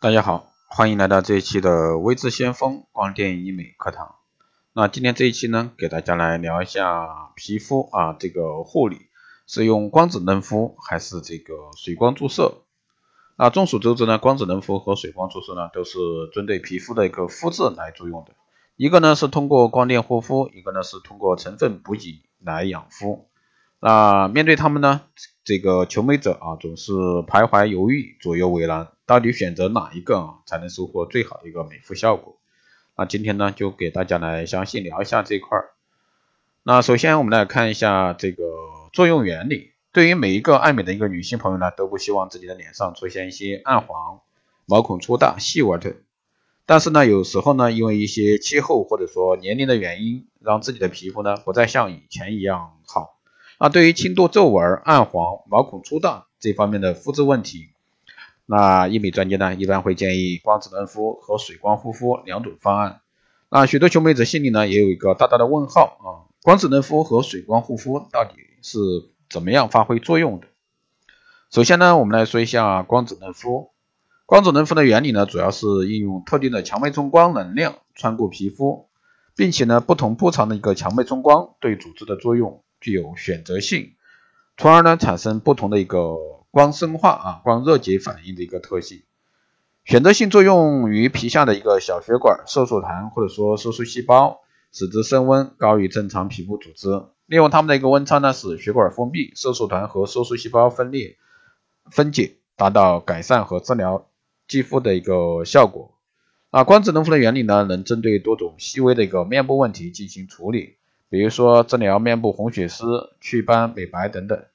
大家好，欢迎来到这一期的微智先锋光电医美课堂。那今天这一期呢，给大家来聊一下皮肤这个护理是用光子嫩肤还是这个水光注射。众所周知呢，光子嫩肤和水光注射呢都是针对皮肤的一个肤质来作用的。一个呢是通过光电护肤，一个呢是通过成分补给来养肤。面对他们呢，这个求美者总是徘徊犹豫，左右为难，到底选择哪一个才能收获最好的一个美肤效果？今天呢就给大家来详细聊一下这一块。首先我们来看一下这个作用原理。对于每一个爱美的一个女性朋友呢，都不希望自己的脸上出现一些暗黄、毛孔粗大、细纹等。但是呢，有时候呢，因为一些气候或者说年龄的原因，让自己的皮肤呢不再像以前一样好。对于轻度皱纹、暗黄、毛孔粗大这方面的肤质问题，医美专家呢一般会建议光子嫩肤和水光护肤两种方案。许多求美者心里呢也有一个大大的问号光子嫩肤和水光护肤到底是怎么样发挥作用的？首先呢，我们来说一下光子嫩肤。光子嫩肤的原理呢，主要是应用特定的强脉冲光能量穿过皮肤，并且呢，不同波长的一个强脉冲光对组织的作用具有选择性，从而呢产生不同的一个光生化光热解反应的一个特性。选择性作用于皮下的一个小血管、色素团或者说色素细胞，使之升温高于正常皮肤组织。利用它们的一个温差呢，使血管封闭，色素团和色素细胞分解，达到改善和治疗肌肤的一个效果。光子嫩肤的原理呢，能针对多种细微的一个面部问题进行处理，比如说治疗面部红血丝、祛斑、美白等等。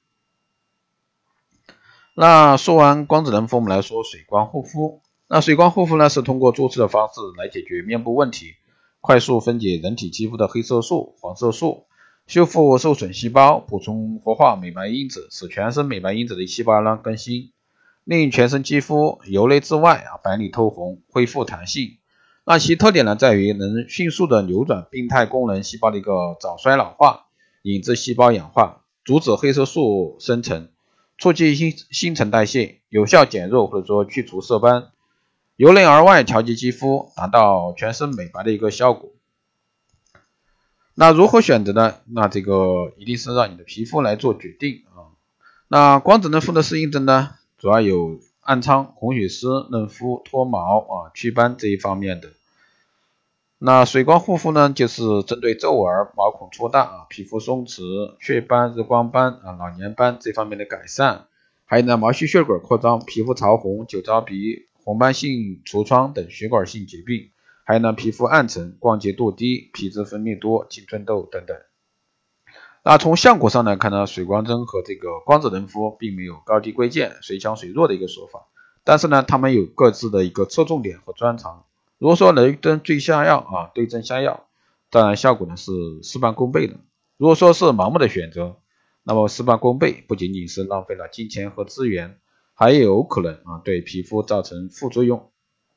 说完光子嫩肤，我们来说水光护肤。水光护肤呢，是通过注射的方式来解决面部问题，快速分解人体肌肤的黑色素、黄色素，修复受损细胞，补充活化美白因子，使全身美白因子的细胞呢更新，令全身肌肤由内至外白里透红，恢复弹性。其特点呢在于能迅速的扭转病态功能细胞的一个早衰老化，引致细胞氧化，阻止黑色素生成，促进新陈代谢，有效减弱或者说去除色斑，由内而外调节肌肤，达到全身美白的一个效果。如何选择呢？这个一定是让你的皮肤来做决定光子嫩肤的适应症呢，主要有暗疮、红血丝、嫩肤、脱毛祛斑这一方面的。水光护肤呢，就是针对皱纹、毛孔粗大皮肤松弛、雀斑、日光斑老年斑这方面的改善，还有呢毛细血管扩张、皮肤潮红、酒糟鼻、红斑性橱疮等血管性疾病，还有呢皮肤暗沉、光洁度低、皮脂分泌多、青春痘等等。从效果上来看呢，水光针和这个光子嫩肤并没有高低贵贱、谁强谁弱的一个说法，但是呢，它们有各自的一个侧重点和专长。如果说雷针对下药对症下药，当然效果呢是事半功倍的。如果说是盲目的选择，那么事半功倍不仅仅是浪费了金钱和资源，还有可能对皮肤造成副作用。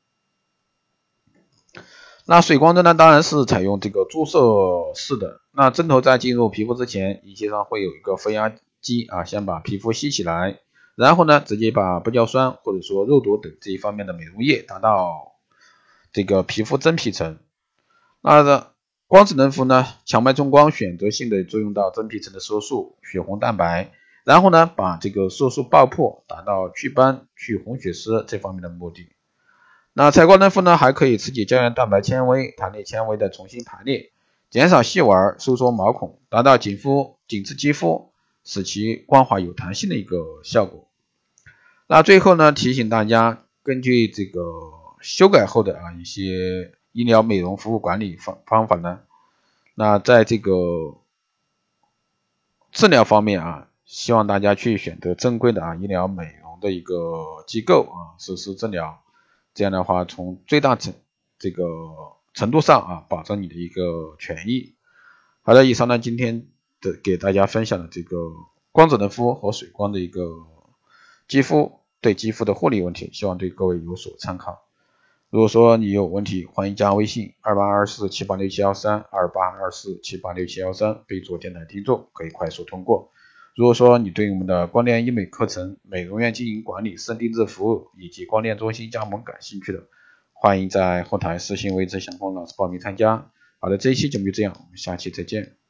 水光针呢，当然是采用这个注射式的。针头在进入皮肤之前，仪器上会有一个负压机先把皮肤吸起来，然后呢，直接把玻尿酸或者说肉毒等这一方面的美容液达到这个皮肤真皮层。光子嫩肤呢，强脉冲光选择性的作用到真皮层的色素、血红蛋白，然后呢，把这个色素爆破，达到祛斑、去红血丝这方面的目的。采光嫩肤呢，还可以刺激胶原蛋白纤维、弹力纤维的重新排列，减少细纹，收缩毛孔，达到紧致肌肤，使其光滑有弹性的一个效果。最后呢，提醒大家，根据这个修改后的一些医疗美容服务管理方法呢，在这个治疗方面希望大家去选择正规的医疗美容的一个机构实施治疗，这样的话从最大程度上保证你的一个权益。好的，以上呢今天给大家分享的这个光子嫩肤和水光的一个肌肤的护理问题，希望对各位有所参考。如果说你有问题，欢迎加微信2824786713 2824786713，备注电台听众，可以快速通过。 如果说你对我们的光电医美课程、美容院经营管理、深定制服务以及光电中心加盟感兴趣的，欢迎在后台私信为之祥峰老师报名参加。好的，这一期节目就这样，我们下期再见。